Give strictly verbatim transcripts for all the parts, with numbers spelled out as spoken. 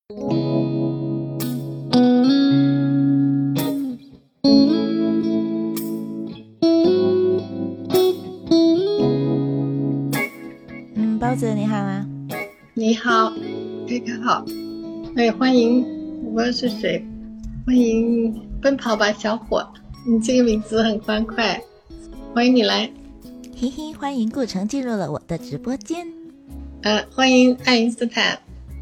嗯，包子你好啊。 你好，大家好。哎，欢迎，我不知道是谁，欢迎奔跑吧小伙，你这个名字很欢快，欢迎你来。 嘿嘿，欢迎顾城进入了我的直播间。 呃，欢迎爱因斯坦。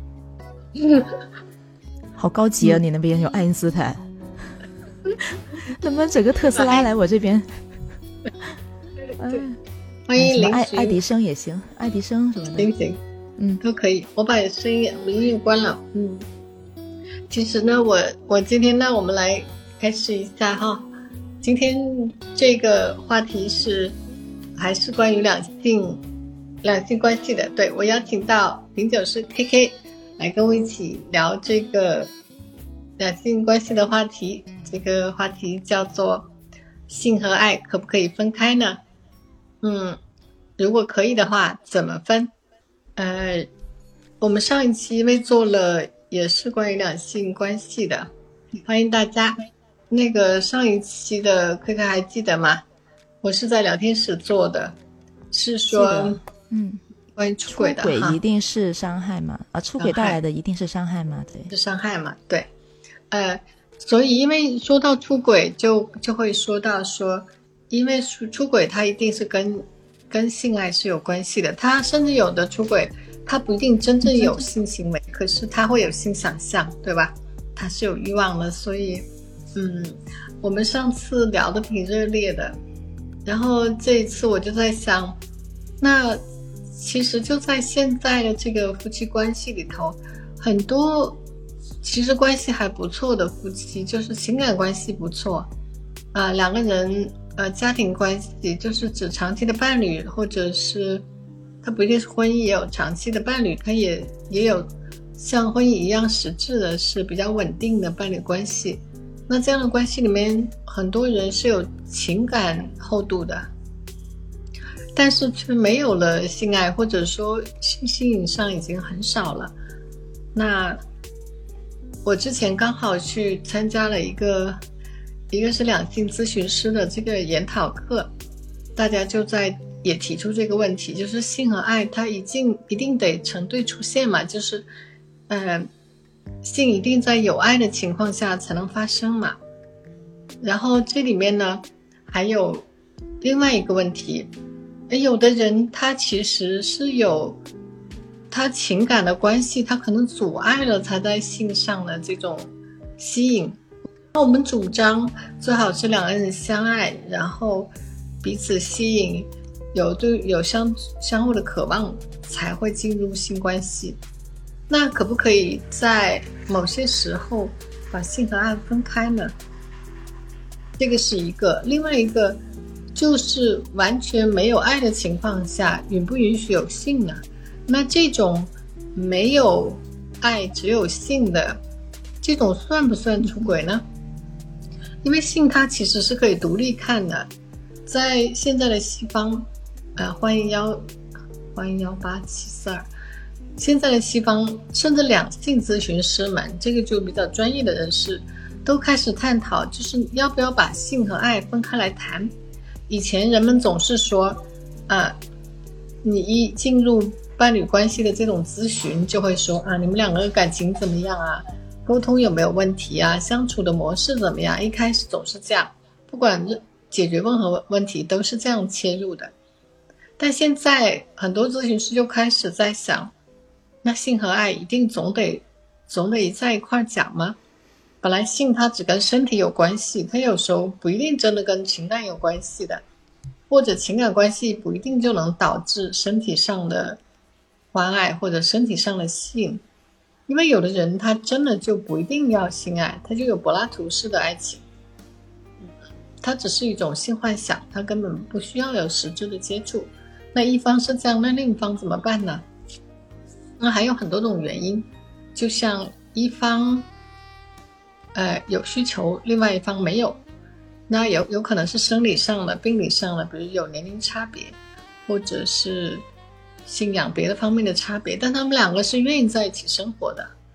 好高级啊、嗯、你那边有爱因斯坦。能不能整个特斯拉来我这边？ 对，欢迎林爱爱迪生也行，爱迪生什么的行行，嗯，都可以。我把声音音乐关了。嗯，其实呢，我我今天呢，我们来开始一下哈。今天这个话题是还是关于两性两性关系的。对，我邀请到品酒师 K K 来跟我一起聊这个两性关系的话题。这个话题叫做性和爱可不可以分开呢？嗯，如果可以的话，怎么分？呃，我们上一期因为做了也是关于两性关系的，欢迎大家。那个上一期的K K还记得吗？我是在聊天室做的，是说嗯， 关于出轨的， 出轨一定是伤害吗？啊，出轨带来的一定是伤害吗？对， 是伤害嘛？对，呃，所以因为说到出轨就就会说到说，因为出轨它一定是跟跟性爱是有关系的，它甚至有的出轨它不一定真正有性行为，可是它会有性想象，对吧？它是有欲望的，所以嗯，我们上次聊得挺热烈的，然后这一次我就在想，那其实就在现在的这个夫妻关系里头，很多其实关系还不错的夫妻，就是情感关系不错啊、呃，两个人呃家庭关系就是指长期的伴侣，或者是他不一定是婚姻，也有长期的伴侣，他也也有像婚姻一样实质的是比较稳定的伴侣关系。那这样的关系里面，很多人是有情感厚度的，但是却没有了性爱，或者说性吸引上已经很少了。那我之前刚好去参加了一个一个是两性咨询师的这个研讨课，大家就在也提出这个问题，就是性和爱它一定一定得成对出现嘛，就是呃性一定在有爱的情况下才能发生嘛。然后这里面呢还有另外一个问题，有的人他其实是有他情感的关系，他可能阻碍了他在性上的这种吸引。那我们主张最好是两个人相爱，然后彼此吸引，有对有相相互的渴望，才会进入性关系。那可不可以在某些时候把性和爱分开呢？这个是一个。另外一个就是完全没有爱的情况下，允不允许有性呢？那这种没有爱只有性的这种算不算出轨呢？因为性它其实是可以独立看的。在现在的西方呃，欢迎幺欢迎幺八七四二，现在的西方甚至两性咨询师们，这个就比较专业的人士都开始探讨，就是要不要把性和爱分开来谈。以前人们总是说呃，你一进入伴侣关系的这种咨询就会说啊，你们两个感情怎么样啊，沟通有没有问题啊，相处的模式怎么样，一开始总是这样，不管解决任何问题都是这样切入的。但现在很多咨询师就开始在想，那性和爱一定总得总得在一块讲吗？本来性它只跟身体有关系，它有时候不一定真的跟情感有关系的，或者情感关系不一定就能导致身体上的欢爱或者身体上的吸引。因为有的人他真的就不一定要性爱，他就有柏拉图式的爱情，它只是一种性幻想，它根本不需要有实质的接触。那一方是这样，那另一方怎么办呢？那还有很多种原因，就像一方呃有需求，另外一方没有，那有有可能是生理上的、病理上的，比如有年龄差别，或者是信仰别的方面的差别，但他们两个是愿意在一起生活的。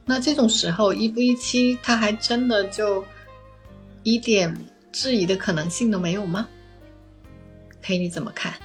那这种时候一夫一妻他还真的就一点质疑的可能性都没有吗？佩你怎么看？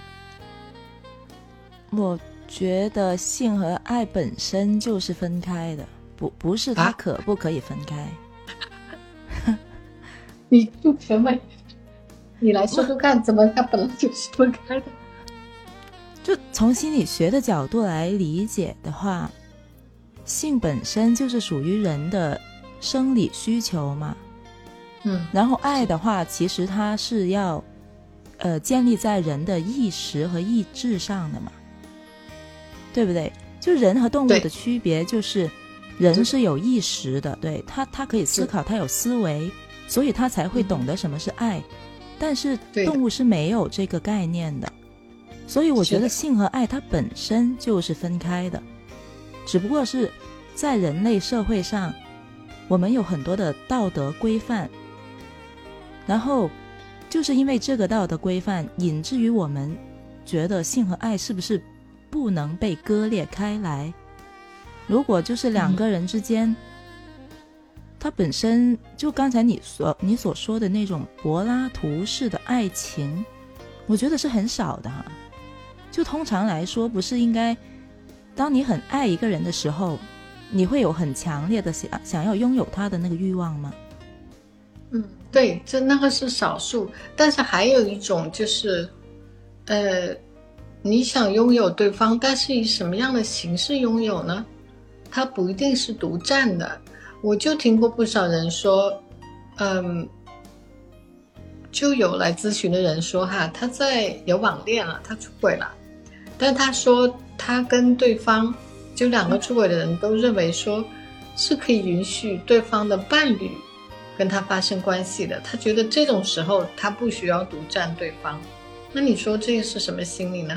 我觉得性和爱本身就是分开的，不不是它可不可以分开、 啊、你不可没你来说说看，怎么它本来就是分开的？ 就从心理学的角度来理解的话，性本身就是属于人的生理需求嘛， 嗯， 然后爱的话其实它是要呃建立在人的意识和意志上的嘛，对不对？就人和动物的区别就是人是有意识的，对，他他可以思考，他有思维，所以他才会懂得什么是爱、嗯、但是动物是没有这个概念的，所以我觉得性和爱它本身就是分开的，只不过是在人类社会上我们有很多的道德规范，然后就是因为这个道德规范引致于我们觉得性和爱是不是不能被割裂开来。如果就是两个人之间、嗯、它本身就刚才你所你所说的那种柏拉图式的爱情，我觉得是很少的哈。就通常来说，不是应该当你很爱一个人的时候，你会有很强烈的想想要拥有他的那个欲望吗？ 嗯，对，这那个是少数，但是还有一种就是呃你想拥有对方，但是以什么样的形式拥有呢？它不一定是独占的。我就听过不少人说，嗯，就有来咨询的人说哈，他在有网恋了，他出轨了，但他说他跟对方，就两个出轨的人都认为说是可以允许对方的伴侣跟他发生关系的，他觉得这种时候他不需要独占对方。那你说这是什么心理呢？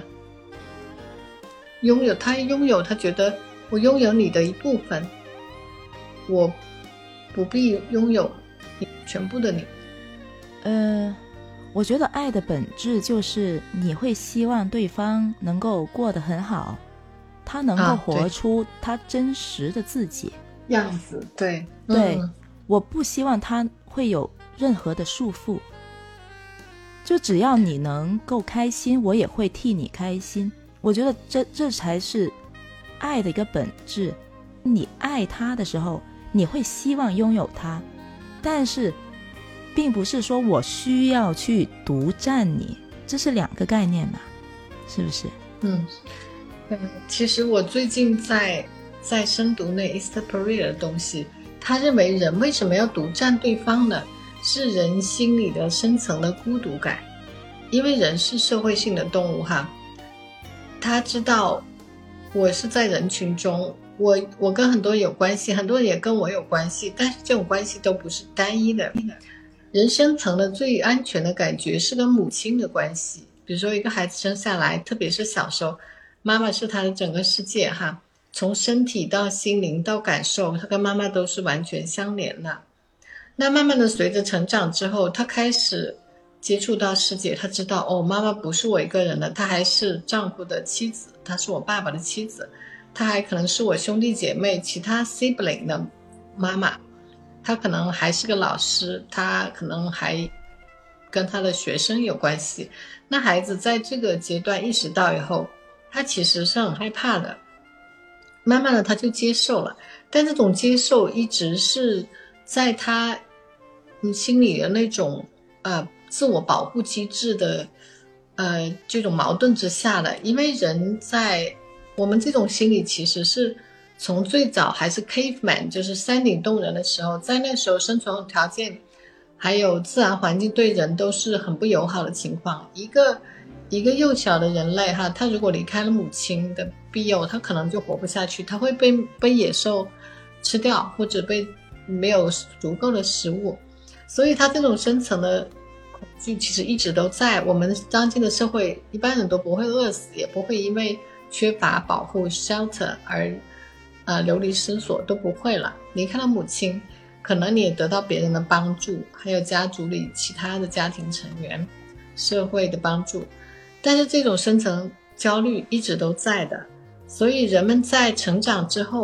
拥有，他拥有，他觉得我拥有你的一部分，我不必拥有你全部的你。 呃，我觉得爱的本质就是你会希望对方能够过得很好，他能够活出他真实的自己、啊、 样子。对对、嗯，我不希望他会有任何的束缚，就只要你能够开心，我也会替你开心。我觉得这这才是爱的一个本质。你爱他的时候，你会希望拥有他，但是并不是说我需要去独占你，这是两个概念嘛，是不是？ 嗯，其实我最近在在深读那 Esther Perel 的东西，他认为人为什么要独占对方呢？是人心里的深层的孤独感，因为人是社会性的动物哈，他知道我是在人群中，我我跟很多人有关系，很多人也跟我有关系，但是这种关系都不是单一的。人深层的最安全的感觉是跟母亲的关系，比如说一个孩子生下来，特别是小时候，妈妈是他的整个世界哈，从身体到心灵到感受，他跟妈妈都是完全相连的。那慢慢的随着成长之后，他开始接触到世界，他知道哦，妈妈不是我一个人的，她还是丈夫的妻子，她是我爸爸的妻子，她还可能是我兄弟姐妹其他 sibling 的妈妈，她可能还是个老师，她可能还跟她的学生有关系。那孩子在这个阶段意识到以后，他其实是很害怕的，慢慢的他就接受了，但这种接受一直是在他心里的那种呃自我保护机制的呃这种矛盾之下的。因为人在我们这种心理其实是从最早还是 caveman 就是山顶洞人的时候，在那时候生存条件还有自然环境对人都是很不友好的情况，一个一个幼小的人类哈，他如果离开了母亲的庇佑，他可能就活不下去，他会被被野兽吃掉，或者被没有足够的食物。所以他这种深层的恐惧其实一直都在。我们当今的社会一般人都不会饿死，也不会因为缺乏保护 shelter 而呃流离失所，都不会了。离开了母亲，可能你也得到别人的帮助，还有家族里其他的家庭成员社会的帮助，但是这种深层焦虑一直都在的。所以人们在成长之后，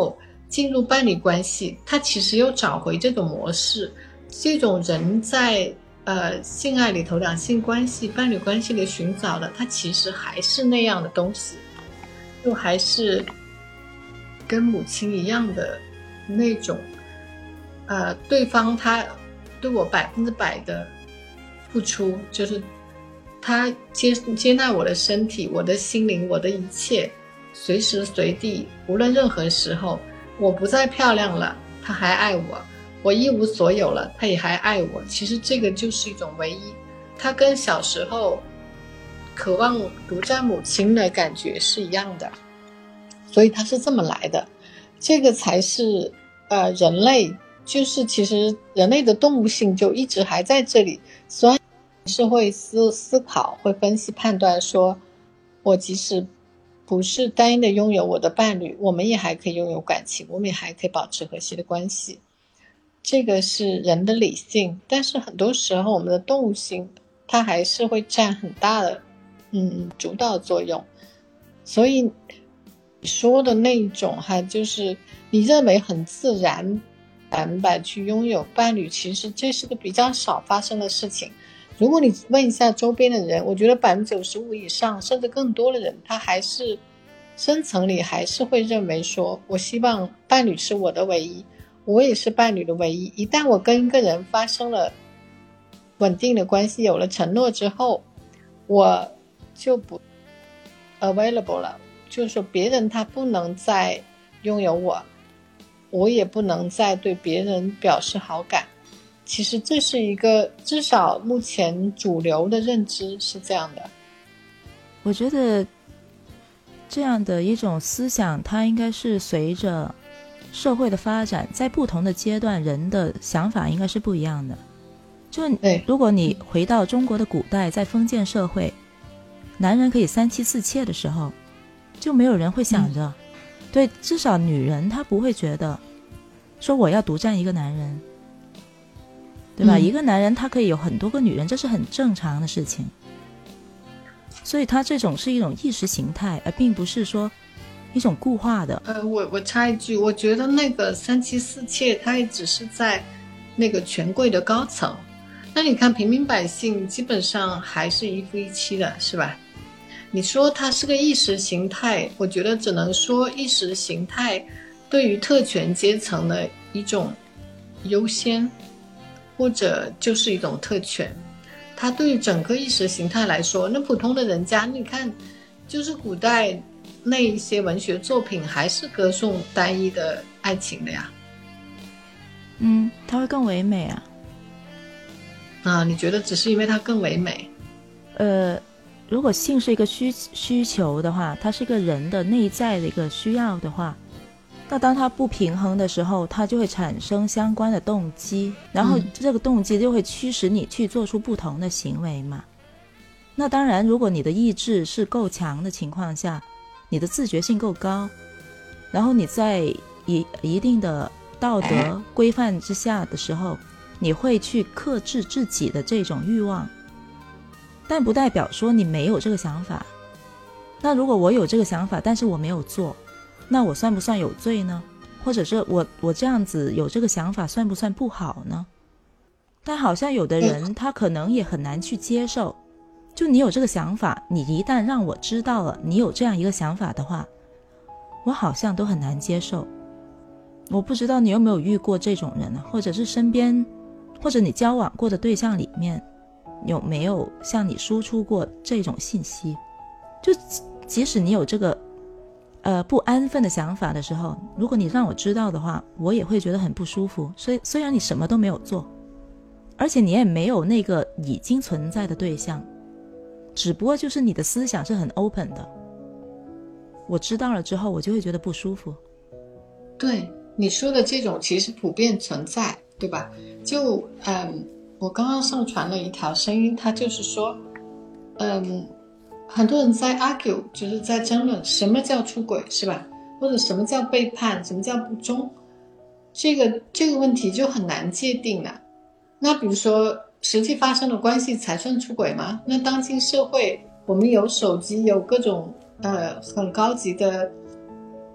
进入伴侣关系，他其实又找回这种模式，这种人在呃性爱里头，两性关系、伴侣关系里寻找的，他其实还是那样的东西，就还是跟母亲一样的那种，呃，对方他对我百分之百的付出，就是他接接纳我的身体、我的心灵、我的一切，随时随地，无论任何时候，我不再漂亮了，他还爱我。我一无所有了，他也还爱我。其实这个就是一种唯一，他跟小时候渴望独占母亲的感觉是一样的，所以他是这么来的。这个才是呃人类，就是其实人类的动物性就一直还在这里，所以是会思思考、会分析、判断说，我即使不是单一的拥有我的伴侣，我们也还可以拥有感情，我们也还可以保持和谐的关系。这个是人的理性，但是很多时候我们的动物性它还是会占很大的嗯主导作用。所以你说的那种哈，就是你认为很自然百分百去拥有伴侣，其实这是个比较少发生的事情。如果你问一下周边的人，我觉得百分之九十五以上甚至更多的人，他还是深层里还是会认为说，我希望伴侣是我的唯一，我也是伴侣的唯一。一旦我跟一个人发生了稳定的关系，有了承诺之后，我就不 available 了，就是说别人他不能再拥有我，我也不能再对别人表示好感。其实这是一个至少目前主流的认知是这样的。 我觉得这样的一种思想，它应该是随着社会的发展，在不同的阶段人的想法应该是不一样的。就如果你回到中国的古代，在封建社会，男人可以三妻四妾的时候，就没有人会想着、嗯、对，至少女人她不会觉得说我要独占一个男人，对吧、嗯、一个男人他可以有很多个女人，这是很正常的事情。所以他这种是一种意识形态，而并不是说一种固化的。 呃，我我插一句，我觉得那个三妻四妾，它也只是在那个权贵的高层。那你看平民百姓，基本上还是一夫一妻的，是吧？你说它是个意识形态，我觉得只能说意识形态对于特权阶层的一种优先，或者就是一种特权。它对于整个意识形态来说，那普通的人家，你看，就是古代那一些文学作品还是歌颂单一的爱情的呀。 嗯，它会更唯美啊。 啊，你觉得只是因为它更唯美？ 呃，如果性是一个需需求的话，它是一个人的内在的一个需要的话，那当它不平衡的时候，它就会产生相关的动机，然后这个动机就会驱使你去做出不同的行为嘛。那当然，如果你的意志是够强的情况下，你的自觉性够高，然后你在一一定的道德规范之下的时候，你会去克制自己的这种欲望，但不代表说你没有这个想法。那如果我有这个想法，但是我没有做，那我算不算有罪呢？或者是我我这样子有这个想法算不算不好呢？但好像有的人他可能也很难去接受，就你有这个想法，你一旦让我知道了你有这样一个想法的话，我好像都很难接受。我不知道你有没有遇过这种人呢？或者是身边或者你交往过的对象里面有没有向你输出过这种信息？就即使你有这个呃不安分的想法的时候，如果你让我知道的话，我也会觉得很不舒服。所以虽然你什么都没有做，而且你也没有那个已经存在的对象，只不过就是你的思想是很 open 的，我知道了之后我就会觉得不舒服。 对，你说的这种其实普遍存在，对吧？就嗯，我刚刚上传了一条声音，它就是说嗯，很多人在 argue， 就是在争论什么叫出轨，是吧？或者什么叫背叛，什么叫不忠，这个这个问题就很难界定了。那比如说实际发生的关系才算出轨吗？那当今社会我们有手机，有各种呃很高级的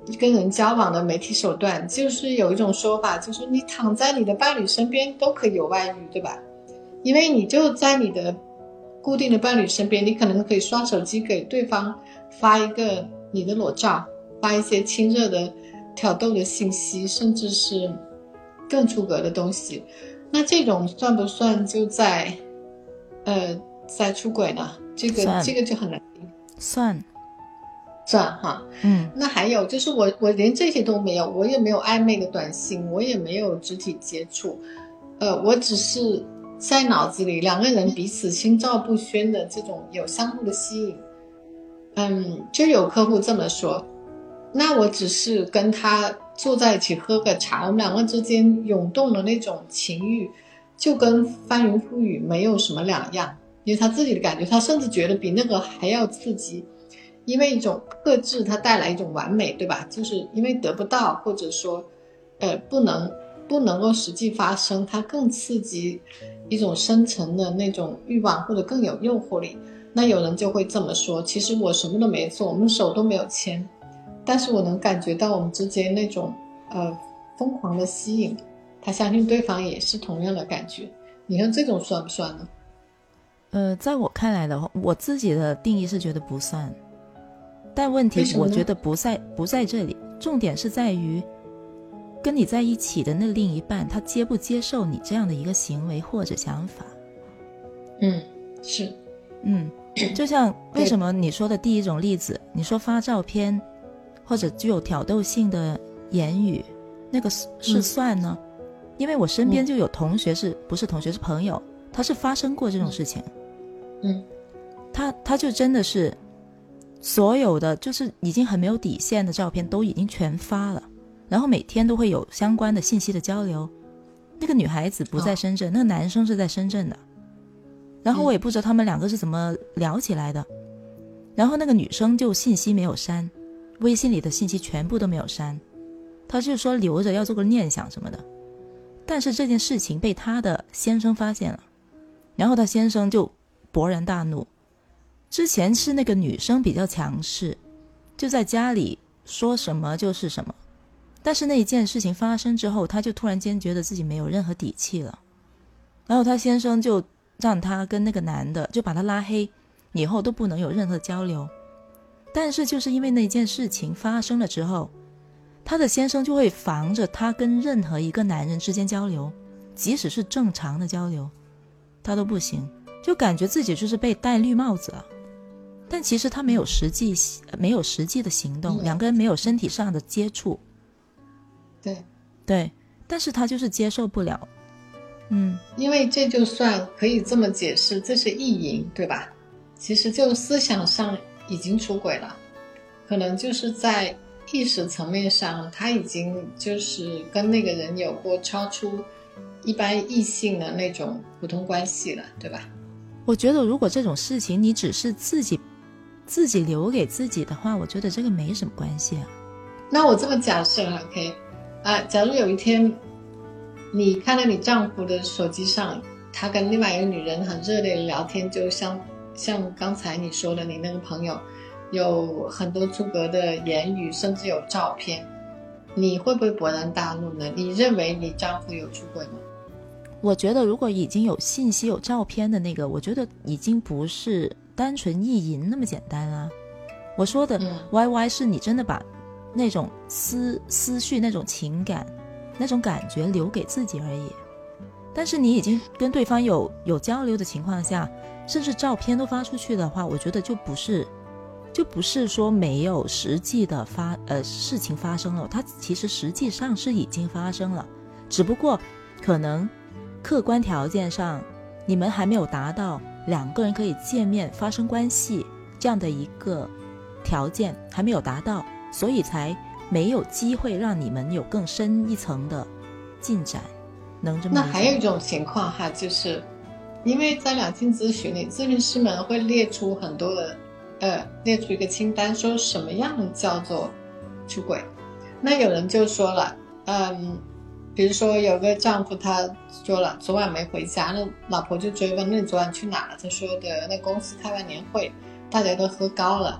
跟人交往的媒体手段，就是有一种说法，就是你躺在你的伴侣身边都可以有外遇，对吧？因为你就在你的固定的伴侣身边，你可能可以刷手机给对方发一个你的裸照，发一些亲热的挑逗的信息，甚至是更出格的东西。那这种算不算就在呃在出轨呢？这个这个就很难定。 算算哈。嗯，那还有就是我我连这些都没有，我也没有暧昧的短信，我也没有肢体接触，呃，我只是在脑子里两个人彼此心照不宣的这种有相互的吸引。嗯，就有客户这么说，那我只是跟他坐在一起喝个茶，我们两个之间涌动的那种情欲就跟翻云覆雨没有什么两样，因为他自己的感觉，他甚至觉得比那个还要刺激。因为一种克制它带来一种完美，对吧？就是因为得不到，或者说呃不能不能够实际发生，它更刺激一种深层的那种欲望，或者更有诱惑力。那有人就会这么说，其实我什么都没做，我们手都没有牵，但是我能感觉到我们之间那种呃疯狂的吸引，他相信对方也是同样的感觉。你说这种算不算呢？ 呃，在我看来的话，我自己的定义是觉得不算。但问题我觉得不在不在这里，重点是在于跟你在一起的那另一半，他接不接受你这样的一个行为或者想法。 嗯，是， 嗯，就像为什么你说的第一种例子，你说发照片或者具有挑逗性的言语，那个是算呢？嗯、因为我身边就有同学是、嗯、不是同学是朋友，他是发生过这种事情。 嗯， 他他就真的是。所有的就是已经很没有底线的照片都已经全发了，然后每天都会有相关的信息的交流。那个女孩子不在深圳、哦、那个男生是在深圳的，然后我也不知道他们两个是怎么聊起来的、嗯、然后那个女生就信息没有删，微信里的信息全部都没有删，她就说留着要做个念想什么的。但是这件事情被她的先生发现了，然后她先生就勃然大怒。之前是那个女生比较强势，就在家里说什么就是什么，但是那一件事情发生之后，她就突然间觉得自己没有任何底气了，然后她先生就让她跟那个男的就把她拉黑，以后都不能有任何交流。但是就是因为那件事情发生了之后，她的先生就会防着她跟任何一个男人之间交流，即使是正常的交流她都不行，就感觉自己就是被戴绿帽子了。但其实他没有实际没有实际的行动、嗯、两个人没有身体上的接触。 对对，但是他就是接受不了。嗯， 因为这就算可以这么解释，这是意淫，对吧？其实就思想上已经出轨了，可能就是在意识层面上他已经就是跟那个人有过超出一般异性的那种普通关系了，对吧？ 我觉得如果这种事情你只是自己自己留给自己的话，我觉得这个没什么关系啊。 那我这么假设 OK 啊，假如有一天你看到你丈夫的手机上他跟另外一个女人很热烈的聊天，就像像刚才你说的你那个朋友有很多出格的言语，甚至有照片，你会不会勃然大怒呢？你认为你丈夫有出轨吗？ 我觉得如果已经有信息有照片的那个，我觉得已经不是单纯意淫那么简单啊。我说的 Y Y 是你真的把那种思思绪那种情感那种感觉留给自己而已，但是你已经跟对方有有交流的情况下，甚至照片都发出去的话，我觉得就不是就不是说没有实际的发呃事情发生了，它其实实际上是已经发生了，只不过可能客观条件上你们还没有达到两个人可以见面发生关系这样的一个条件还没有达到，所以才没有机会让你们有更深一层的进展，能这么理解？ 那还有一种情况哈，就是因为在两性咨询里，咨询师们会列出很多的呃，列出一个清单，说什么样叫做出轨。那有人就说了，嗯，比如说有个丈夫他说了昨晚没回家，那老婆就追问，那你昨晚去哪了？他说的那公司开完年会，大家都喝高了。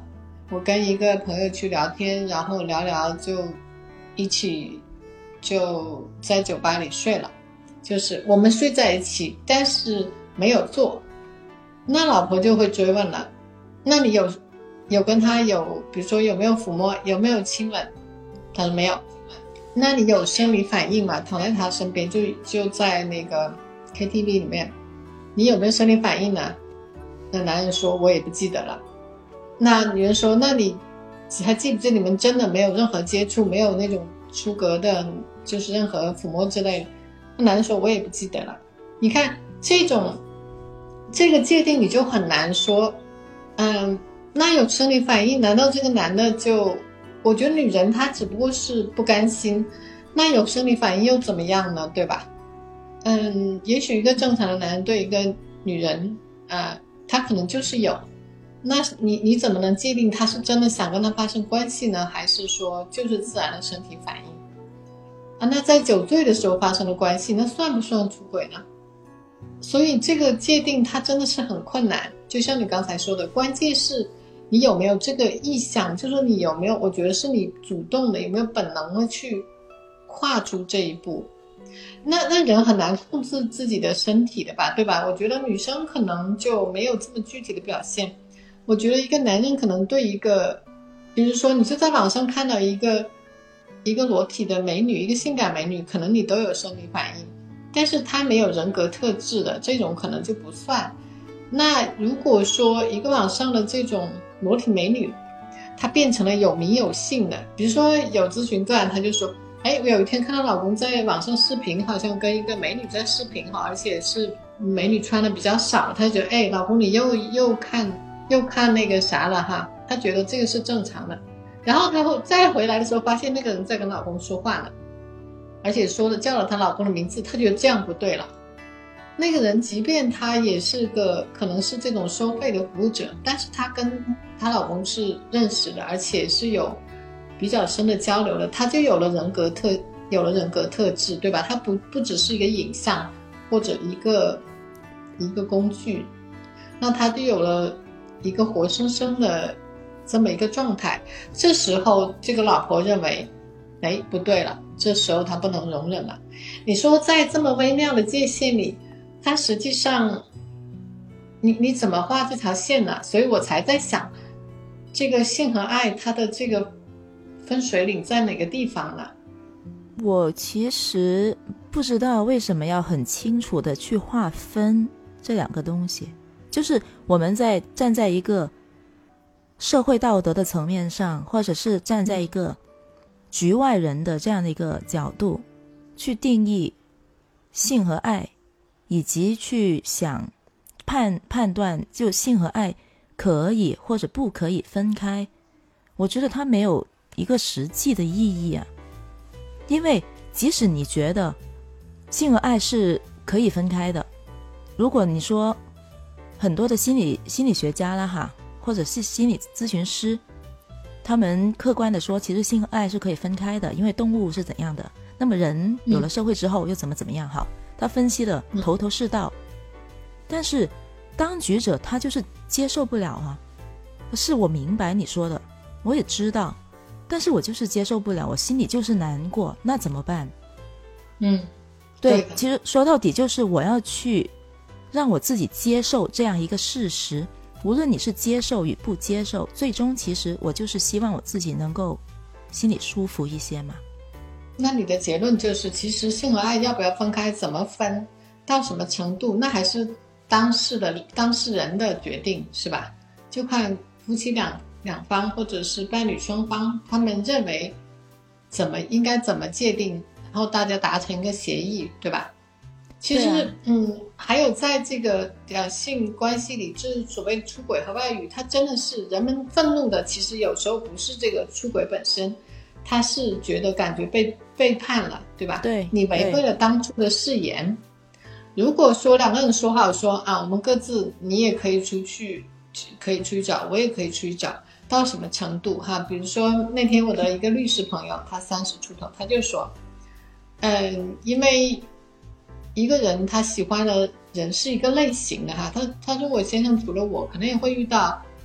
我跟一个朋友去聊天，然后聊聊就一起就在酒吧里睡了，就是我们睡在一起，但是没有做。那老婆就会追问了，那你有有跟他有比如说有没有抚摸，有没有亲吻？他说没有。那你有生理反应吗？躺在他身边，就就在那个 K T V 里面，你有没有生理反应呢？那男人说我也不记得了。那女人说，那你还记不记得你们真的没有任何接触，没有那种出格的就是任何抚摸之类的？那男人说我也不记得了。你看这种这个界定你就很难说，嗯，那有生理反应，难道这个男的就，我觉得女人她只不过是不甘心，那有生理反应又怎么样呢，对吧？嗯，也许一个正常的男人对一个女人啊、呃，他可能就是有，那你你怎么能界定他是真的想跟他发生关系呢，还是说就是自然的身体反应啊？那在酒醉的时候发生的关系，那算不算出轨呢？所以这个界定它真的是很困难，就像你刚才说的，关键是你有没有这个意向，就是说你有没有，我觉得是你主动的，有没有本能的去跨出这一步。那那人很难控制自己的身体的吧，对吧？我觉得女生可能就没有这么具体的表现。我觉得一个男人可能对一个，比如说你就在网上看到一个一个裸体的美女，一个性感美女，可能你都有生理反应，但是她没有人格特质的这种可能就不算。那如果说一个网上的这种裸体美女，她变成了有名有姓的，比如说有咨询个案，她就说，哎，我有一天看到老公在网上视频，好像跟一个美女在视频哈，而且是美女穿的比较少，她觉得，哎，老公你又又看又看那个啥了哈，她觉得这个是正常的。然后她再回来的时候，发现那个人在跟老公说话了，而且说了叫了她老公的名字，她觉得这样不对了。那个人即便他也是个可能是这种收费的服务者，但是他跟她老公是认识的，而且是有比较深的交流的，他就有了人格特有了人格特质，对吧？他不不只是一个影像或者一个一个工具，那他就有了一个活生生的这么一个状态。这时候这个老婆认为，哎，不对了，这时候他不能容忍了。你说在这么微妙的界限里，他实际上你你怎么画这条线呢？所以我才在想，这个性和爱它的这个分水岭在哪个地方呢？ 我其实不知道为什么要很清楚的去划分这两个东西，就是我们在站在一个社会道德的层面上，或者是站在一个局外人的这样的一个角度去定义性和爱，以及去想判判断就性和爱可以或者不可以分开，我觉得它没有一个实际的意义啊。因为即使你觉得性和爱是可以分开的，如果你说很多的心理心理学家啦哈，或者是心理咨询师，他们客观的说其实性和爱是可以分开的，因为动物是怎样的，那么人有了社会之后又怎么怎么样哈，他分析的头头是道。但是当局者他就是接受不了啊，可是我明白你说的，我也知道，但是我就是接受不了，我心里就是难过，那怎么办？ 嗯， 对， 对， 其实说到底就是我要去让我自己接受这样一个事实，无论你是接受与不接受，最终其实我就是希望我自己能够心里舒服一些嘛。 那你的结论就是，其实性和爱要不要分开，怎么分，到什么程度，那还是当事的当事人的决定，是吧？就看夫妻两两方或者是伴侣双方，他们认为怎么应该怎么界定，然后大家达成一个协议，对吧？其实，啊、嗯，还有在这个呃性关系里，就是所谓出轨和外遇，它真的是人们愤怒的，其实有时候不是这个出轨本身，他是觉得感觉被背叛了，对吧？ 对， 你违背了当初的誓言。如果说两个人说好说啊，我们各自，你也可以出去，可以出去找，我也可以出去找，到什么程度哈？比如说那天我的一个律师朋友，他三十出头，他就说，嗯，因为一个人他喜欢的人是一个类型的哈，他他说我先生除了我，可能也会遇到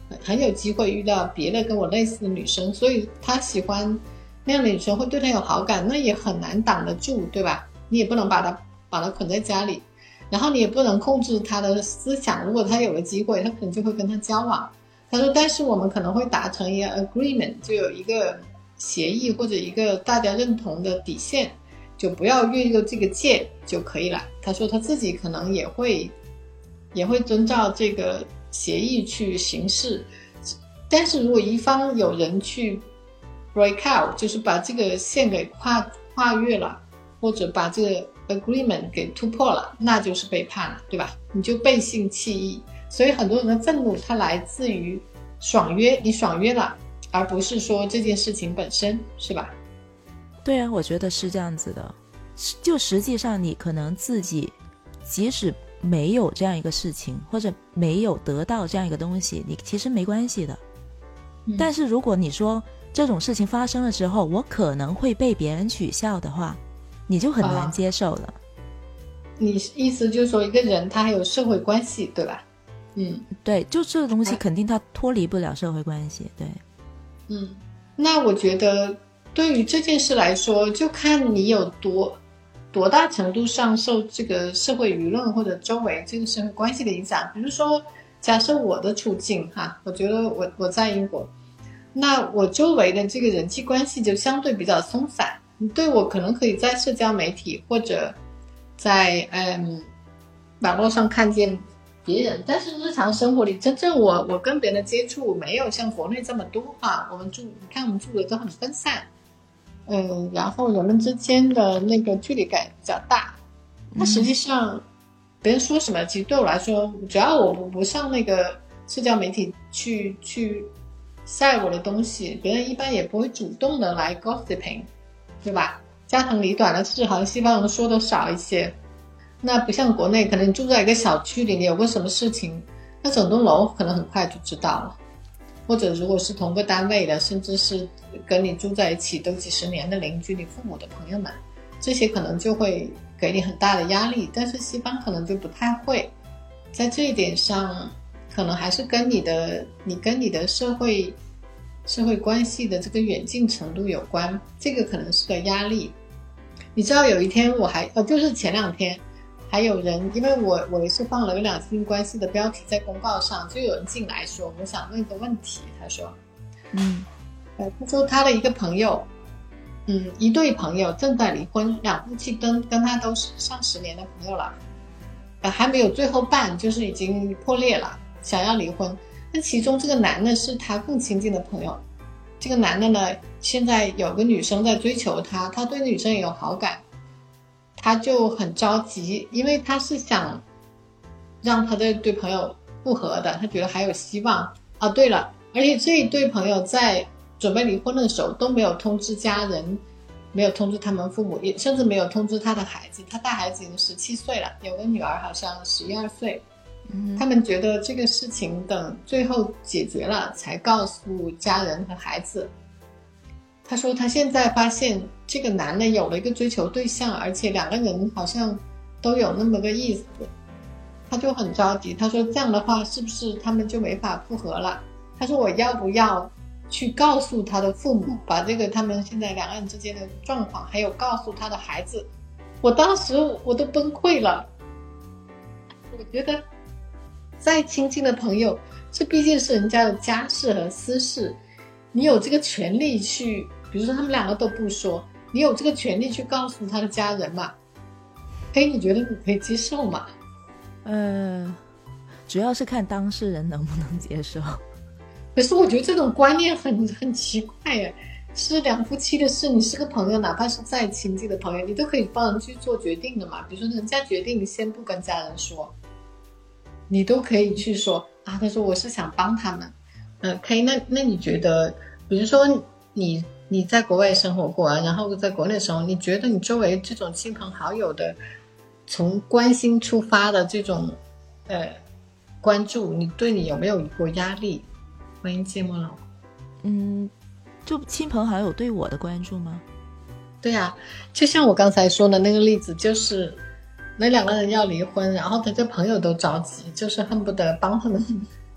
很有机会遇到别的跟我类似的女生，所以他喜欢那样的女生，会对他有好感，那也很难挡得住，对吧？你也不能把他把他捆在家里，然后你也不能控制他的思想，如果他有了机会，他可能就会跟他交往。他说但是我们可能会达成一个 agreement， 就有一个协议或者一个大家认同的底线，就不要越过这个界就可以了。他说他自己可能也会也会遵照这个协议去行事，但是如果一方有人去 break out， 就是把这个线给跨跨越了，或者把这个 agreement 给突破了，那就是背叛了，对吧？你就背信弃义。所以很多人的愤怒它来自于爽约，你爽约了，而不是说这件事情本身，是吧？ 对啊，我觉得是这样子的。就实际上你可能自己即使没有这样一个事情，或者没有得到这样一个东西，你其实没关系的、嗯、但是如果你说这种事情发生了之后我可能会被别人取笑的话，你就很难接受了、啊、 你意思就是说一个人他还有社会关系，对吧？嗯， 对，就这个东西肯定它脱离不了社会关系。对， 嗯，那我觉得对于这件事来说，就看你有多多大程度上受这个社会舆论或者周围这个社会关系的影响。比如说假设我的处境哈，我觉得我我在英国，那我周围的这个人际关系就相对比较松散，对，我可能可以在社交媒体或者在嗯网络上看见别人，但是日常生活里真正我我跟别人的接触没有像国内这么多啊。我们住你看我们住的都很分散，嗯，然后人们之间的那个距离感比较大。那实际上别人说什么，其实对我来说，只要我不不上那个社交媒体去去晒我的东西，别人一般也不会主动的来 gossiping， 对吧？家长里短的事好像西方人说的少一些。那不像国内，可能你住在一个小区里，你有个什么事情，那整栋楼可能很快就知道了。或者如果是同个单位的，甚至是跟你住在一起都几十年的邻居，你父母的朋友们，这些可能就会给你很大的压力。但是西方可能就不太会，在这一点上可能还是跟你的你跟你的社会社会关系的这个远近程度有关，这个可能是个压力。你知道有一天我还呃就是前两天还有人，因为我我也是放了个两性关系的标题在公告上，就有人进来说我想问一个问题，他说嗯呃他说他的一个朋友嗯一对朋友正在离婚，两夫妻跟跟他都是上十年的朋友了，呃还没有最后办，就是已经破裂了，想要离婚。那其中这个男的是他更亲近的朋友，这个男的呢现在有个女生在追求他，他对女生也有好感，他就很着急，因为他是想让他的对朋友复合的，他觉得还有希望啊。对了，而且这一对朋友在准备离婚的时候都没有通知家人，没有通知他们父母，也甚至没有通知他的孩子，他大孩子已经十七岁了，有个女儿好像十一二岁。嗯，他们觉得这个事情等最后解决了才告诉家人和孩子。他说他现在发现这个男的有了一个追求对象，而且两个人好像都有那么个意思，他就很着急。他说这样的话是不是他们就没法复合了？他说我要不要去告诉他的父母，把这个他们现在两个人之间的状况还有告诉他的孩子。我当时我都崩溃了。我觉得再亲近的朋友，这毕竟是人家的家事和私事，你有这个权利去，比如说他们两个都不说，你有这个权利去告诉他的家人嘛？可以，你觉得你可以接受吗？ 呃，主要是看当事人能不能接受。 可是我觉得这种观念很很奇怪耶，是两夫妻的事，你是个朋友，哪怕是再亲近的朋友，你都可以帮人去做决定的嘛。比如说人家决定先不跟家人说，你都可以去说啊。他说我是想帮他们，嗯、呃，可以。那那你觉得，比如说你你在国外生活过啊，然后在国内的时候，你觉得你周围这种亲朋好友的从关心出发的这种呃关注，你对你有没有过压力？欢迎芥末老。 嗯，就亲朋好友对我的关注吗？ 对啊，就像我刚才说的那个例子，就是那两个人要离婚，然后他这朋友都着急，就是恨不得帮他们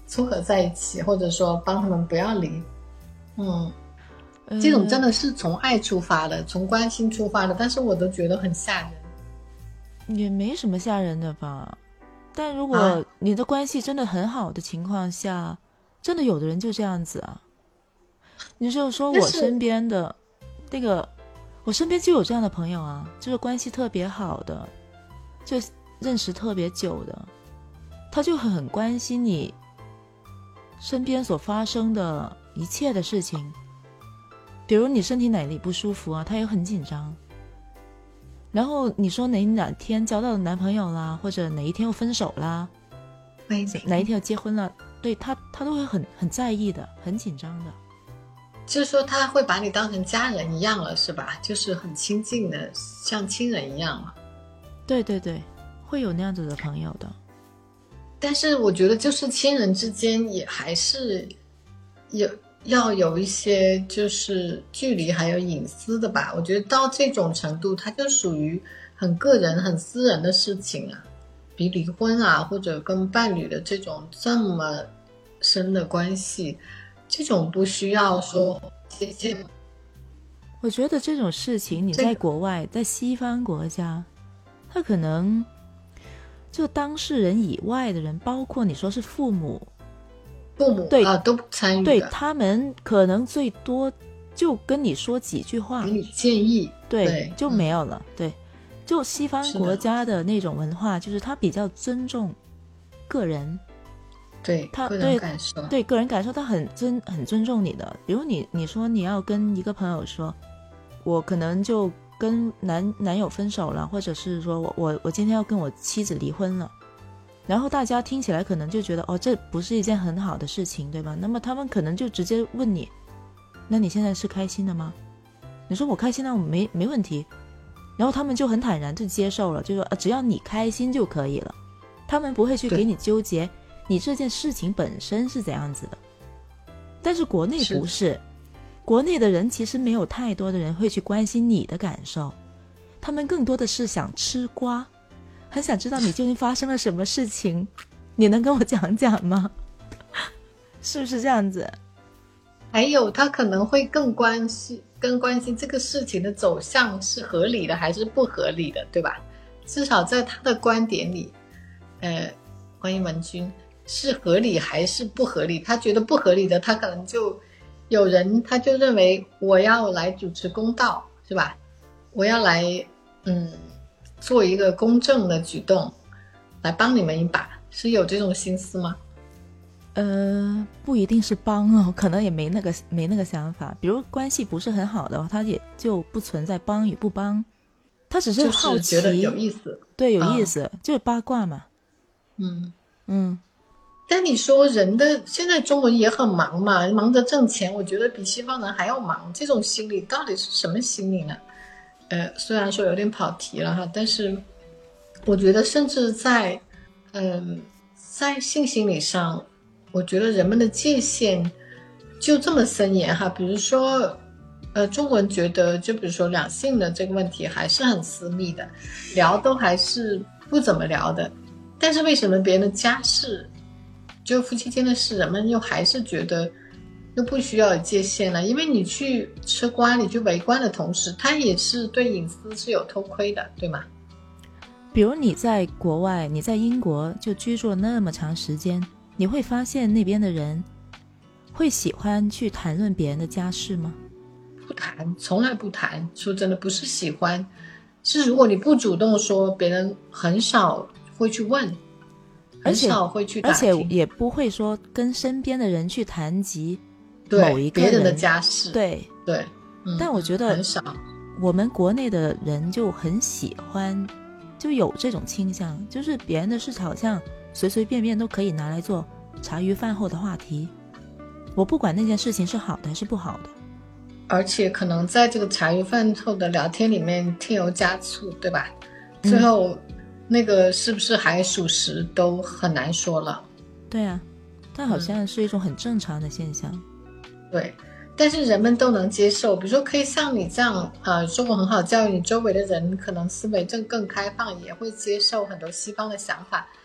撮合在一起，或者说帮他们不要离。嗯，这种真的是从爱出发的，从关心出发的，但是我都觉得很吓人。 也没什么吓人的吧，但如果你的关系真的很好的情况下、啊、真的有的人就这样子啊。你就说我身边的那个，我身边就有这样的朋友啊，就是关系特别好的，就认识特别久的，他就很关心你身边所发生的一切的事情，比如你身体哪里不舒服啊，他也很紧张。然后你说哪哪天交到男朋友啦，或者哪一天又分手啦，哪一天又结婚了，对他他都会很很在意的，很紧张的。 就是说他会把你当成家人一样了，是吧？就是很亲近的，像亲人一样了。 对对对，会有那样子的朋友的。 但是我觉得就是亲人之间也还是有要有一些就是距离还有隐私的吧。我觉得到这种程度它就属于很个人很私人的事情啊，比离婚啊或者跟伴侣的这种这么深的关系，这种不需要说接近。 我觉得这种事情你在国外、在西方国家，他可能就当事人以外的人，包括你说是父母父母对、 啊、都不参与的， 对，他们可能最多就跟你说几句话， 给你建议， 对, 对就没有了、嗯、对，就西方国家的那种文化，就是他比较尊重个人， 对他个人感受， 对, 对个人感受，他很尊很尊重你的。比如你你说你要跟一个朋友说，我可能就跟男男友分手了，或者是说我我我今天要跟我妻子离婚了，然后大家听起来可能就觉得哦，这不是一件很好的事情，对吧？那么他们可能就直接问你，那你现在是开心的吗？你说我开心，那我没没问题，然后他们就很坦然就接受了，就说、啊、只要你开心就可以了，他们不会去给你纠结你这件事情本身是怎样子的。但是国内不是，是国内的人其实没有太多的人会去关心你的感受，他们更多的是想吃瓜，很想知道你究竟发生了什么事情，你能跟我讲讲吗？是不是这样子？ 还有他可能会更关心更关心这个事情的走向是合理的还是不合理的，对吧？至少在他的观点里，呃，关于文君是合理还是不合理，他觉得不合理的，他可能就有人他就认为我要来主持公道，是吧？我要来嗯做一个公正的举动来帮你们一把，是有这种心思吗？ 呃，不一定是帮哦，可能也没那个没那个想法。比如关系不是很好的，他也就不存在帮与不帮，他只是好奇， 就是觉得有意思， 对，有意思，嗯、就是八卦嘛。 嗯嗯。 但你说人的现在中文也很忙嘛，忙着挣钱，我觉得比西方人还要忙，这种心理到底是什么心理呢？呃，虽然说有点跑题了哈，但是我觉得甚至在嗯、呃，在性心理上，我觉得人们的界限就这么森严哈。比如说呃，中文觉得就比如说两性的这个问题还是很私密的，聊都还是不怎么聊的，但是为什么别人的家事就夫妻间的事，人们又还是觉得又不需要有界限了？因为你去吃瓜，你去围观的同时，他也是对隐私是有偷窥的，对吗？ 比如你在国外，你在英国就居住了那么长时间，你会发现那边的人会喜欢去谈论别人的家事吗？ 不谈，从来不谈。说真的，不是喜欢，是如果你不主动说，别人很少会去问，很少会去打听， 而且也不会说跟身边的人去谈及某一个人别人的家事。 对对、嗯， 但我觉得很少。 我们国内的人就很喜欢，就有这种倾向，就是别人的事好像随随便便都可以拿来做茶余饭后的话题，我不管那件事情是好的还是不好的。 而且可能在这个茶余饭后的聊天里面添油加醋，对吧？最后、嗯、那个是不是还属实都很难说了。 对啊，但好像是一种很正常的现象、嗯、 对，但是人们都能接受。比如说可以像你这样呃，中国很好教育，你周围的人可能思维正更开放，也会接受很多西方的想法。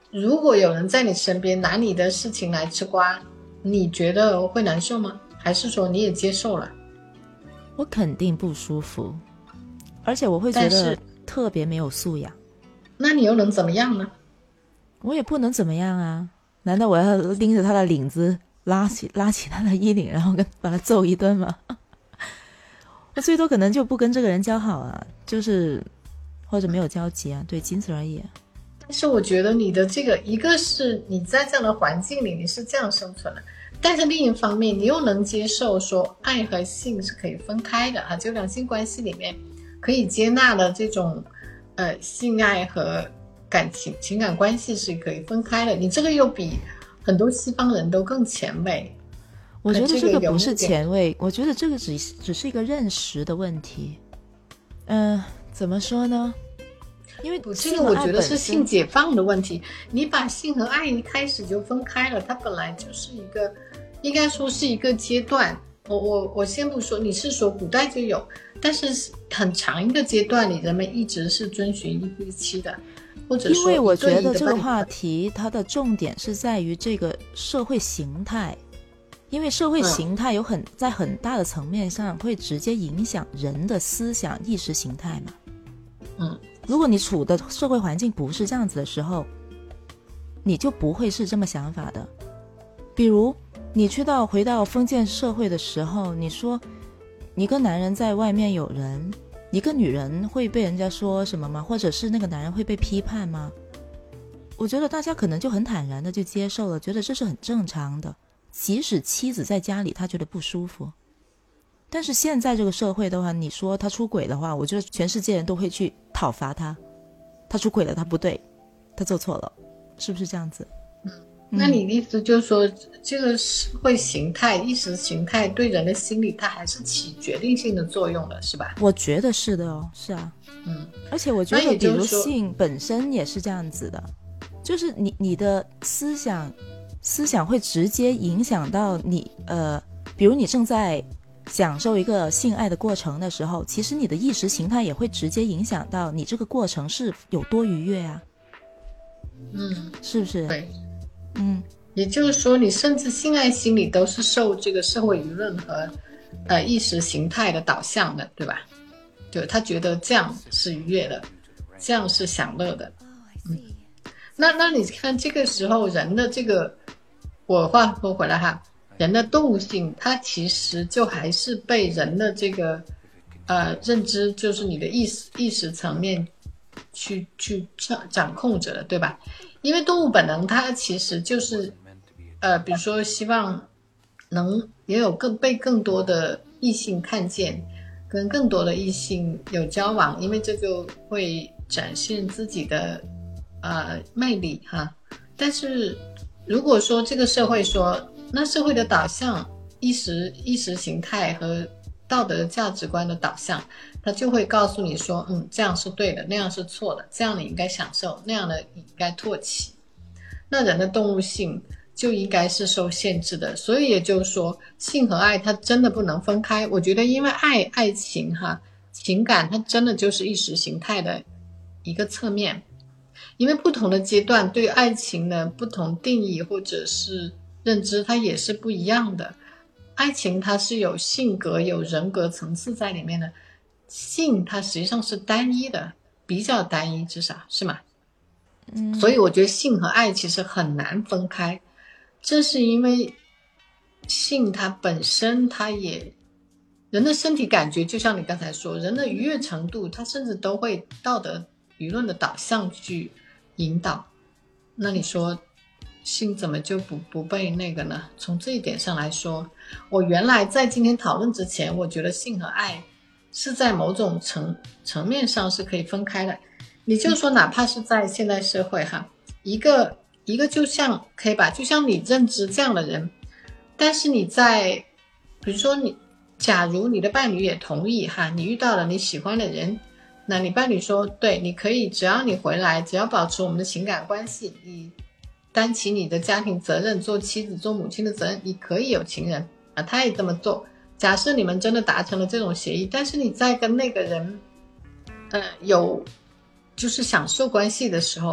如果有人在你身边拿你的事情来吃瓜，你觉得会难受吗？还是说你也接受了？ 我肯定不舒服，而且我会觉得特别没有素养。 那你又能怎么样呢？ 我也不能怎么样啊，难道我要拎着他的领子拉起拉起他的衣领，然后跟把他揍一顿吗？我最多可能就不跟这个人交好啊，就是或者没有交集啊，对，仅此而已。 但是我觉得你的这个，一个是你在这样的环境里你是这样生存的，但是另一方面你又能接受说爱和性是可以分开的啊，就两性关系里面可以接纳的这种呃性爱和感情情感关系是可以分开的，你这个又比很多西方人都更前卫。 我觉得这个不是前卫，我觉得这个只只是一个认识的问题。嗯、呃，怎么说呢？因为这个我觉得是性解放的问题。你把性和爱一开始就分开了，它本来就是一个，应该说是一个阶段。我我我先不说，你是说古代就有，但是很长一个阶段里，人们一直是遵循一夫一妻的，或者说因为我觉得这个话题它的重点是在于这个社会形态。因为社会形态有很、嗯、在很大的层面上会直接影响人的思想意识形态嘛。 嗯， 如果你处的社会环境不是这样子的时候，你就不会是这么想法的。比如你去到回到封建社会的时候，你说一个男人在外面有人，一个女人会被人家说什么吗？或者是那个男人会被批判吗？我觉得大家可能就很坦然的就接受了，觉得这是很正常的。即使妻子在家里他觉得不舒服，但是现在这个社会的话，你说他出轨的话，我觉得全世界人都会去讨伐他，他出轨了，他不对，他做错了，是不是这样子？ 嗯，那你的意思就是说，这个社会形态意识形态对人的心理它还是起决定性的作用的，是吧？ 我觉得是的哦，是啊。 嗯， 而且我觉得比如性本身也是这样子的，就是你你的思想思想会直接影响到你，呃，比如你正在享受一个性爱的过程的时候，其实你的意识形态也会直接影响到你这个过程是有多愉悦啊。 嗯， 是不是？ 对， 嗯， 也就是说，你甚至性爱心理都是受这个社会舆论和呃意识形态的导向的，对吧？就他觉得这样是愉悦的，这样是享乐的。嗯，那那你看这个时候人的这个，我话说回来哈，人的动物性，它其实就还是被人的这个呃认知，就是你的意识意识层面去去掌掌控着的，对吧？因为动物本能它其实就是呃比如说希望能也有更被更多的异性看见，跟更多的异性有交往，因为这就会展现自己的呃魅力哈。但是如果说这个社会说，那社会的导向意识意识形态和道德价值观的导向，他就会告诉你说，嗯，这样是对的，那样是错的，这样你应该享受，那样的你应该唾弃。那人的动物性就应该是受限制的，所以也就是说，性和爱它真的不能分开。我觉得，因为爱爱情哈情感，它真的就是意识形态的一个侧面。因为不同的阶段对爱情的不同定义或者是认知，它也是不一样的。爱情它是有性格有人格层次在里面的，性它实际上是单一的，比较单一，至少是吗？ 嗯， 所以我觉得性和爱其实很难分开，这是因为性它本身它也人的身体感觉，就像你刚才说，人的愉悦程度它甚至都会道德舆论的导向去引导。那你说性怎么就不不被那个呢？从这一点上来说，我原来在今天讨论之前，我觉得性和爱是在某种层层面上是可以分开的。你就说哪怕是在现代社会哈，一个一个就像可以吧，就像你认知这样的人，但是你在比如说你假如你的伴侣也同意哈，你遇到了你喜欢的人，那你伴侣说对，你可以只要你回来，只要保持我们的情感关系，你担起你的家庭责任，做妻子做母亲的责任，你可以有情人啊，他也这么做。假设你们真的达成了这种协议，但是你在跟那个人呃有就是享受关系的时候，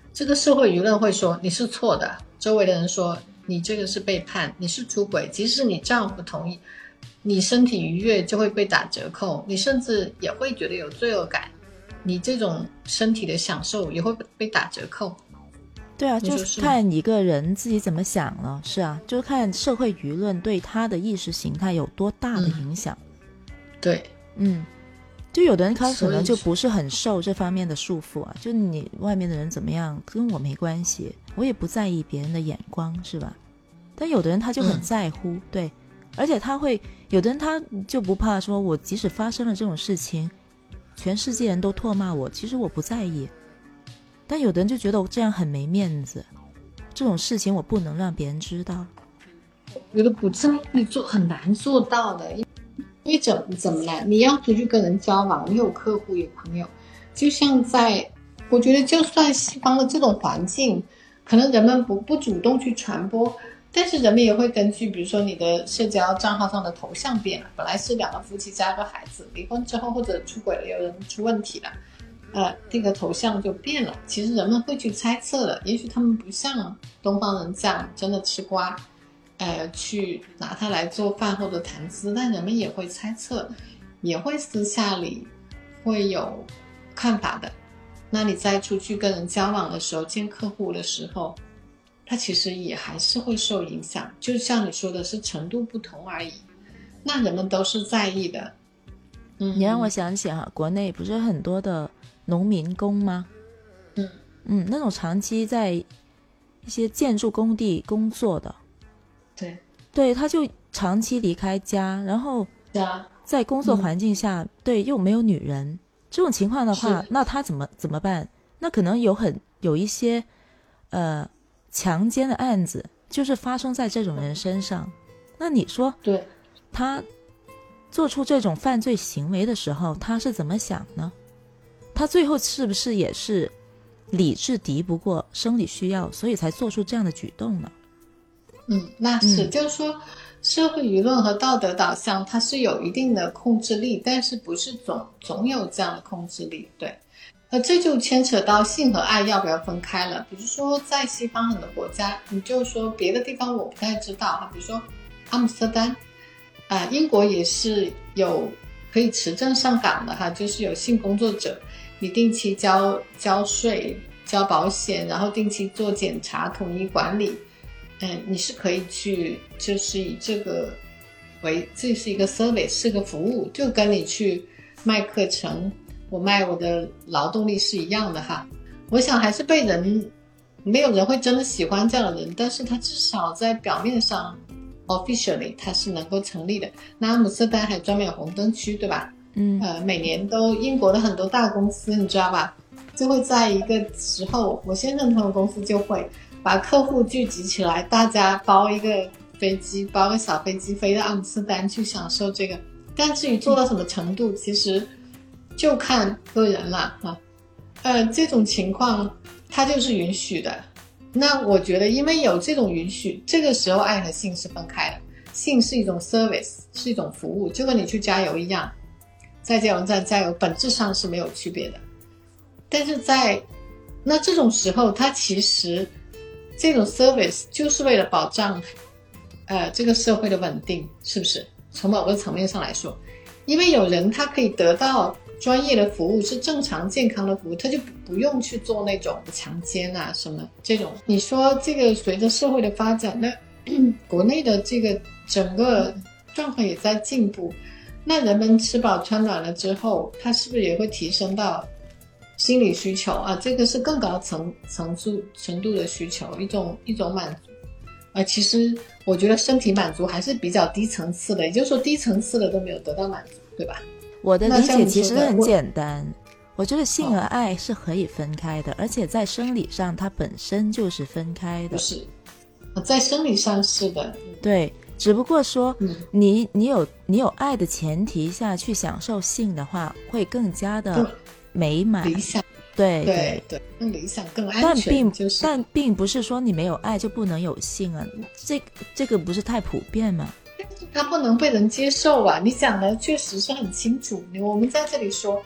这个社会舆论会说你是错的，周围的人说你这个是背叛，你是出轨，即使你丈夫同意，你身体愉悦就会被打折扣，你甚至也会觉得有罪恶感，你这种身体的享受也会被打折扣。 对啊，就是看一个人自己怎么想了。是啊，就是看社会舆论对他的意识形态有多大的影响。 嗯、对， 嗯，就有的人他可能就不是很受这方面的束缚啊，就你外面的人怎么样跟我没关系，我也不在意别人的眼光，是吧？但有的人他就很在乎、嗯、对，而且他会有的人他就不怕说我即使发生了这种事情，全世界人都唾骂我，其实我不在意。但有的人就觉得我这样很没面子，这种事情我不能让别人知道。 我觉得不在意做很难做到的，因为怎怎么了？你要出去跟人交往，你有客户有朋友，就像在我觉得就算西方的这种环境，可能人们不不主动去传播，但是人们也会根据比如说你的社交账号上的头像变了，本来是两个夫妻加个孩子，离婚之后或者出轨了，有人出问题了，呃，这个头像就变了。其实人们会去猜测的，也许他们不像东方人这样真的吃瓜，呃，去拿它来做饭或者谈资，但人们也会猜测，也会私下里会有看法的。那你再出去跟人交往的时候，见客户的时候，他其实也还是会受影响，就像你说的是程度不同而已。那人们都是在意的。嗯， 你让我想起哈，国内不是很多的农民工吗？ 嗯嗯，那种长期在一些建筑工地工作的， 对对，他就长期离开家，然后在工作环境下，嗯、对，又没有女人，这种情况的话，那他怎么怎么办？那可能有很有一些呃强奸的案子，就是发生在这种人身上。那你说， 对， 他做出这种犯罪行为的时候，他是怎么想呢？他最后是不是也是理智敌不过生理需要，所以才做出这样的举动呢？ 嗯，那是、 嗯、 就是说社会舆论和道德导向它是有一定的控制力，但是不是总总有这样的控制力。对，呃，这就牵扯到性和爱要不要分开了。比如说在西方很多国家，你就说别的地方我不太知道哈，比如说阿姆斯特丹啊、呃，英国也是有可以持证上岗的哈，就是有性工作者，你定期交交税、交保险，然后定期做检查、统一管理，嗯，你是可以去，就是以这个为这是一个 service， 是个服务，就跟你去卖课程，我卖我的劳动力是一样的哈。我想还是被人，没有人会真的喜欢这样的人，但是他至少在表面上 officially 它是能够成立的。那阿姆斯特丹还专门有红灯区，对吧？ 嗯， 呃，每年都英国的很多大公司，你知道吧，就会在一个时候，我先生他们公司就会把客户聚集起来，大家包一个飞机，包个小飞机飞到阿姆斯特丹去享受这个。但至于做到什么程度，其实就看个人了哈。呃，这种情况它就是允许的。那我觉得，因为有这种允许，这个时候爱和性是分开的。性是一种 service， 是一种服务，就跟你去加油一样，在加油站加油本质上是没有区别的。但是在那这种时候，它其实这种 service 就是为了保障呃这个社会的稳定，是不是？从某个层面上来说，因为有人他可以得到专业的服务，是正常健康的服务，他就不用去做那种强奸啊什么这种。你说这个随着社会的发展，那国内的这个整个状况也在进步，那人们吃饱穿暖了之后，他是不是也会提升到心理需求啊？这个是更高层层次程度的需求，一种一种满足。呃，其实我觉得身体满足还是比较低层次的，也就是说低层次的都没有得到满足，对吧？ 我的理解其实很简单， 我, 我觉得性和爱是可以分开的、哦、而且在生理上它本身就是分开的。 不是，在生理上是的， 对，只不过说、 嗯、 你你有你有爱的前提下去享受性的话，会更加的美满理想。 对对对，更理想更安全， 但并、 就是、 但并不是说你没有爱就不能有性啊，这这个不是太普遍吗？ 但是它不能被人接受啊！你讲的确实是很清楚，我们在这里说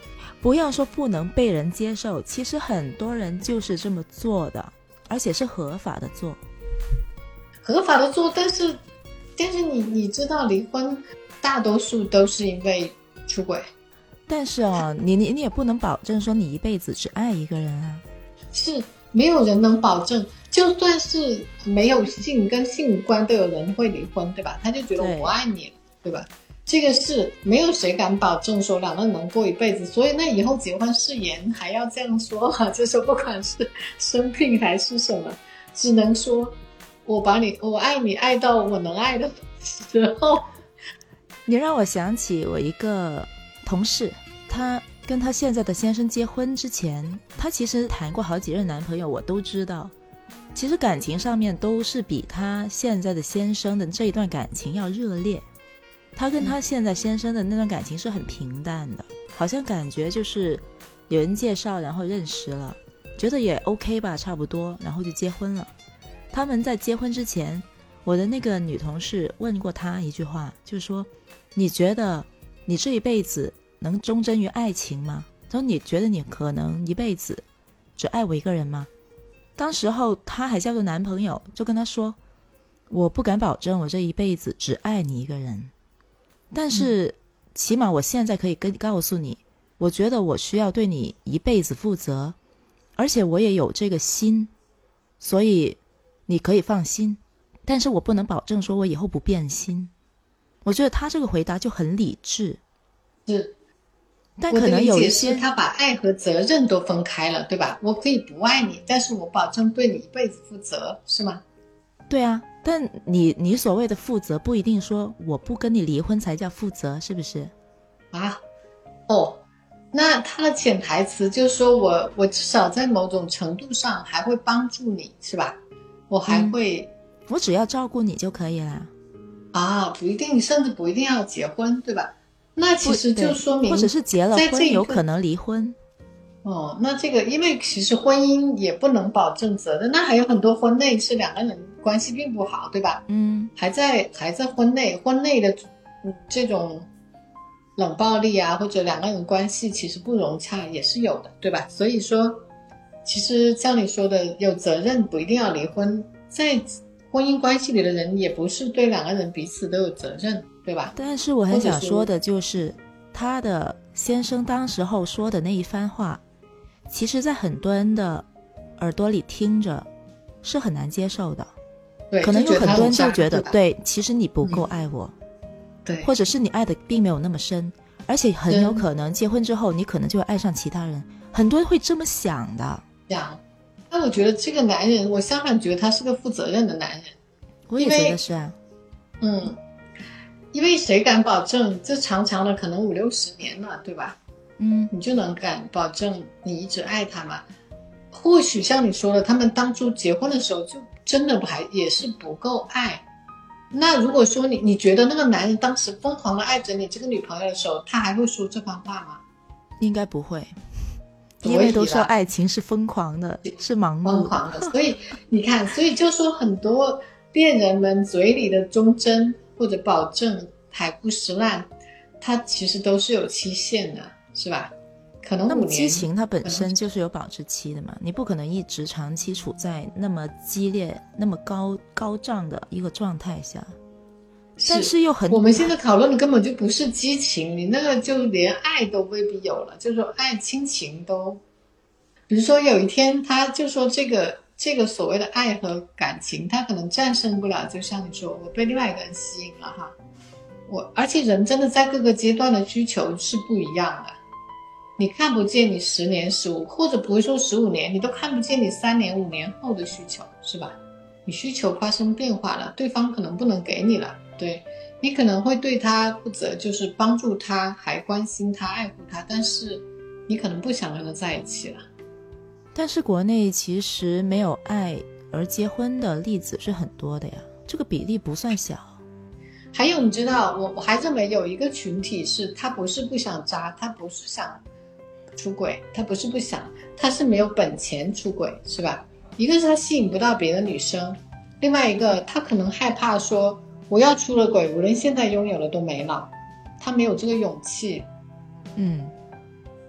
不要说不能被人接受，其实很多人就是这么做的，而且是合法的做。 合法的做，但是但是你你知道离婚大多数都是因为出轨。 但是哦，你你你也不能保证说你一辈子只爱一个人啊。 是，没有人能保证，就算是没有性跟性无关都有人会离婚，对吧？他就觉得我不爱你， 对, 对吧？这个是没有谁敢保证说两个人能过一辈子，所以那以后结婚誓言还要这样说啊？就说不管是生病还是什么，只能说我把你我爱你爱到我能爱的时候。 你让我想起我一个同事，他跟他现在的先生结婚之前，他其实谈过好几任男朋友，我都知道其实感情上面都是比他现在的先生的这一段感情要热烈。他跟他现在先生的那段感情是很平淡的，好像感觉就是有人介绍然后认识了，觉得也 OK 吧，差不多，然后就结婚了。他们在结婚之前，我的那个女同事问过他一句话，就是说你觉得你这一辈子能忠贞于爱情吗？他说你觉得你可能一辈子只爱我一个人吗？当时候他还交个男朋友，就跟他说我不敢保证我这一辈子只爱你一个人，但是起码我现在可以跟告诉你，我觉得我需要对你一辈子负责，而且我也有这个心，所以你可以放心，但是我不能保证说我以后不变心。我觉得他这个回答就很理智。 是， 但可能有一些我的理解是他把爱和责任都分开了，对吧？我可以不爱你，但是我保证对你一辈子负责，是吗？ 对啊，但你你所谓的负责不一定说我不跟你离婚才叫负责，是不是？ 啊，哦，那他的潜台词就是说我我至少在某种程度上还会帮助你，是吧？我还会、 嗯、我只要照顾你就可以了啊，不一定，甚至不一定要结婚，对吧？那其实就说明或者是结了婚有可能离婚。 哦，那这个因为其实婚姻也不能保证责任，那还有很多婚内是两个人关系并不好，对吧？ 嗯， 还在还在婚内婚内的、嗯、这种冷暴力啊，或者两个人关系其实不融洽也是有的，对吧？所以说其实像你说的有责任不一定要离婚，在婚姻关系里的人也不是对两个人彼此都有责任，对吧？ 但是我很想说的就是他的先生当时候说的那一番话，其实在很多人的耳朵里听着是很难接受的。 对， 可能有很多人就觉得对, 对，其实你不够爱我、 嗯、对， 或者是你爱的并没有那么深，而且很有可能结婚之后你可能就会爱上其他人，很多人会这么想的。 想，但我觉得这个男人，我相反觉得他是个负责任的男人。 我也觉得是啊。 嗯，因为谁敢保证这长长的可能五六十年了，对吧？ 嗯， 你就能敢保证你一直爱他吗？或许像你说的，他们当初结婚的时候就真的还也是不够爱。那如果说你你觉得那个男人当时疯狂的爱着你这个女朋友的时候，他还会说这番话吗？ 应该不会，因为都说爱情是疯狂的，是盲目的疯狂的。所以你看，所以就说很多恋人们嘴里的忠贞或者保证海枯石烂，它其实都是有期限的，是吧？可能五年。 那么激情它本身就是有保质期的嘛，你不可能一直长期处在那么激烈那么高高涨的一个状态下。 是， 但是又很， 我们现在讨论的根本就不是激情，你那个就连爱都未必有了，就是说爱亲情都，比如说有一天他就说这个这个所谓的爱和感情，他可能战胜不了，就像你说我被另外一个人吸引了哈，我而且人真的在各个阶段的需求是不一样的，你看不见你十年十五或者不会说十五年，你都看不见你三年五年后的需求，是吧？你需求发生变化了，对方可能不能给你了，对，你可能会对他负责，就是帮助他还关心他爱护他，但是你可能不想跟他在一起了。 但是国内其实没有爱而结婚的例子是很多的呀，这个比例不算小。 还有你知道我我还认为有一个群体是他不是不想渣，他不是想出轨，他不是不想，他是没有本钱出轨，是吧？一个是他吸引不到别的女生，另外一个他可能害怕说我要出了轨我连现在拥有的都没了，他没有这个勇气。 嗯，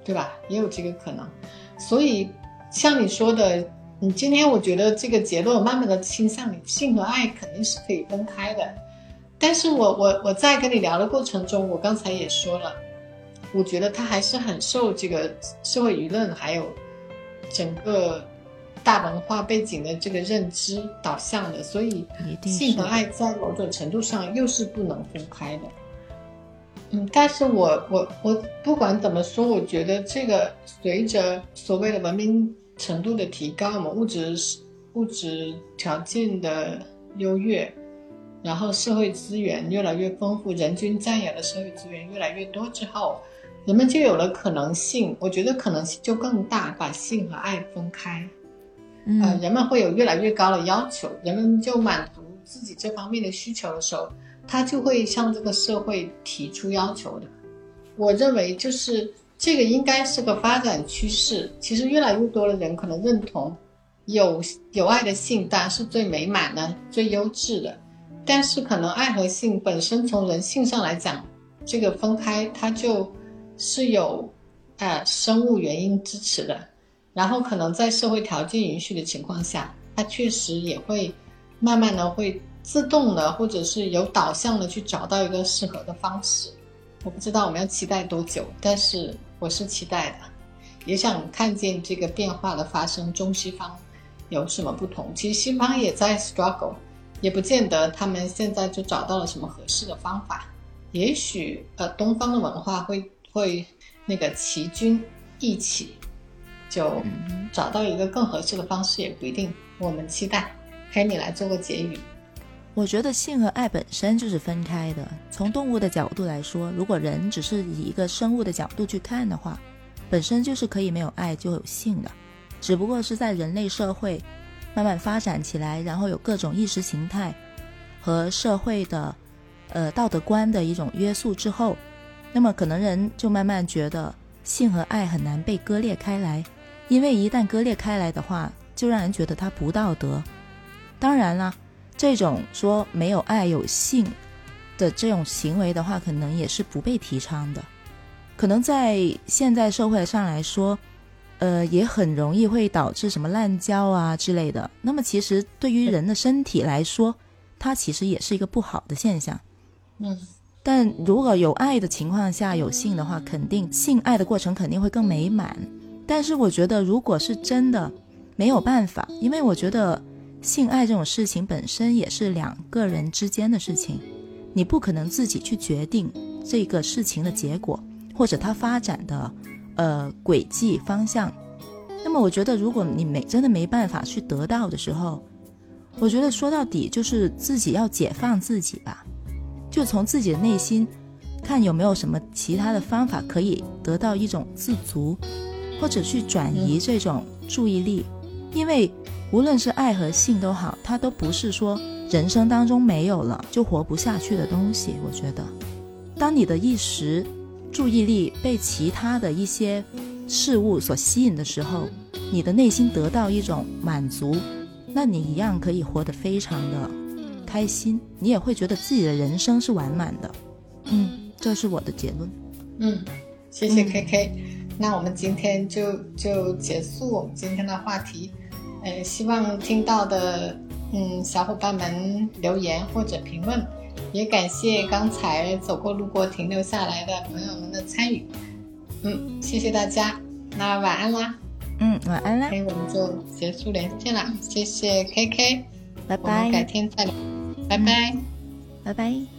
对吧？也有这个可能。所以像你说的，你今天我觉得这个结论慢慢的倾向你性和爱肯定是可以分开的。但是我我我在跟你聊的过程中，我刚才也说了，我觉得他还是很受这个社会舆论还有整个大文化背景的这个认知导向的，所以性和爱在某种程度上又是不能分开的。嗯，但是我我我不管怎么说，我觉得这个随着所谓的文明程度的提高，我们物质物质条件的优越，然后社会资源越来越丰富，人均占有的社会资源越来越多之后，人们就有了可能性，我觉得可能性就更大，把性和爱分开。 嗯、 呃，人们会有越来越高的要求，人们就满足自己这方面的需求的时候，他就会向这个社会提出要求的。我认为就是这个应该是个发展趋势。其实越来越多的人可能认同有有爱的性当然是最美满的、最优质的，但是可能爱和性本身从人性上来讲，这个分开它就是有呃生物原因支持的。然后可能在社会条件允许的情况下，它确实也会慢慢的会自动的或者是有导向的去找到一个适合的方式。我不知道我们要期待多久，但是我是期待的，也想看见这个变化的发生，中西方有什么不同。其实西方也在 struggle， 也不见得他们现在就找到了什么合适的方法。也许呃东方的文化会会那个齐君一起就找到一个更合适的方式，也不一定。我们期待。黑你来做个结语。 我觉得性和爱本身就是分开的。从动物的角度来说，如果人只是以一个生物的角度去看的话，本身就是可以没有爱就有性的，只不过是在人类社会慢慢发展起来，然后有各种意识形态和社会的呃道德观的一种约束之后，那么可能人就慢慢觉得性和爱很难被割裂开来，因为一旦割裂开来的话，就让人觉得它不道德。当然啦，这种说没有爱有性的这种行为的话，可能也是不被提倡的。可能在现在社会上来说，呃，也很容易会导致什么滥交啊之类的。那么其实对于人的身体来说，它其实也是一个不好的现象。 嗯， 但如果有爱的情况下有性的话，肯定性爱的过程肯定会更美满。但是我觉得如果是真的没有办法，因为我觉得性爱这种事情本身也是两个人之间的事情，你不可能自己去决定这个事情的结果或者它发展的呃轨迹方向。那么我觉得如果你没真的没办法去得到的时候，我觉得说到底就是自己要解放自己吧，就从自己的内心看有没有什么其他的方法可以得到一种自足，或者去转移这种注意力。因为无论是爱和性都好，它都不是说人生当中没有了就活不下去的东西。我觉得当你的一时注意力被其他的一些事物所吸引的时候，你的内心得到一种满足，那你一样可以活得非常的开心，你也会觉得自己的人生是完满的。嗯，这是我的结论。 嗯，谢谢 K K、嗯、那我们今天就就结束我们今天的话题。呃，希望听到的嗯小伙伴们留言或者评论，也感谢刚才走过路过停留下来的朋友们的参与。嗯，谢谢大家，那晚安啦。 嗯，晚安啦。 OK， 我们就结束连线了，谢谢 K K， 拜拜， 我们改天再聊，拜拜， 嗯，拜拜。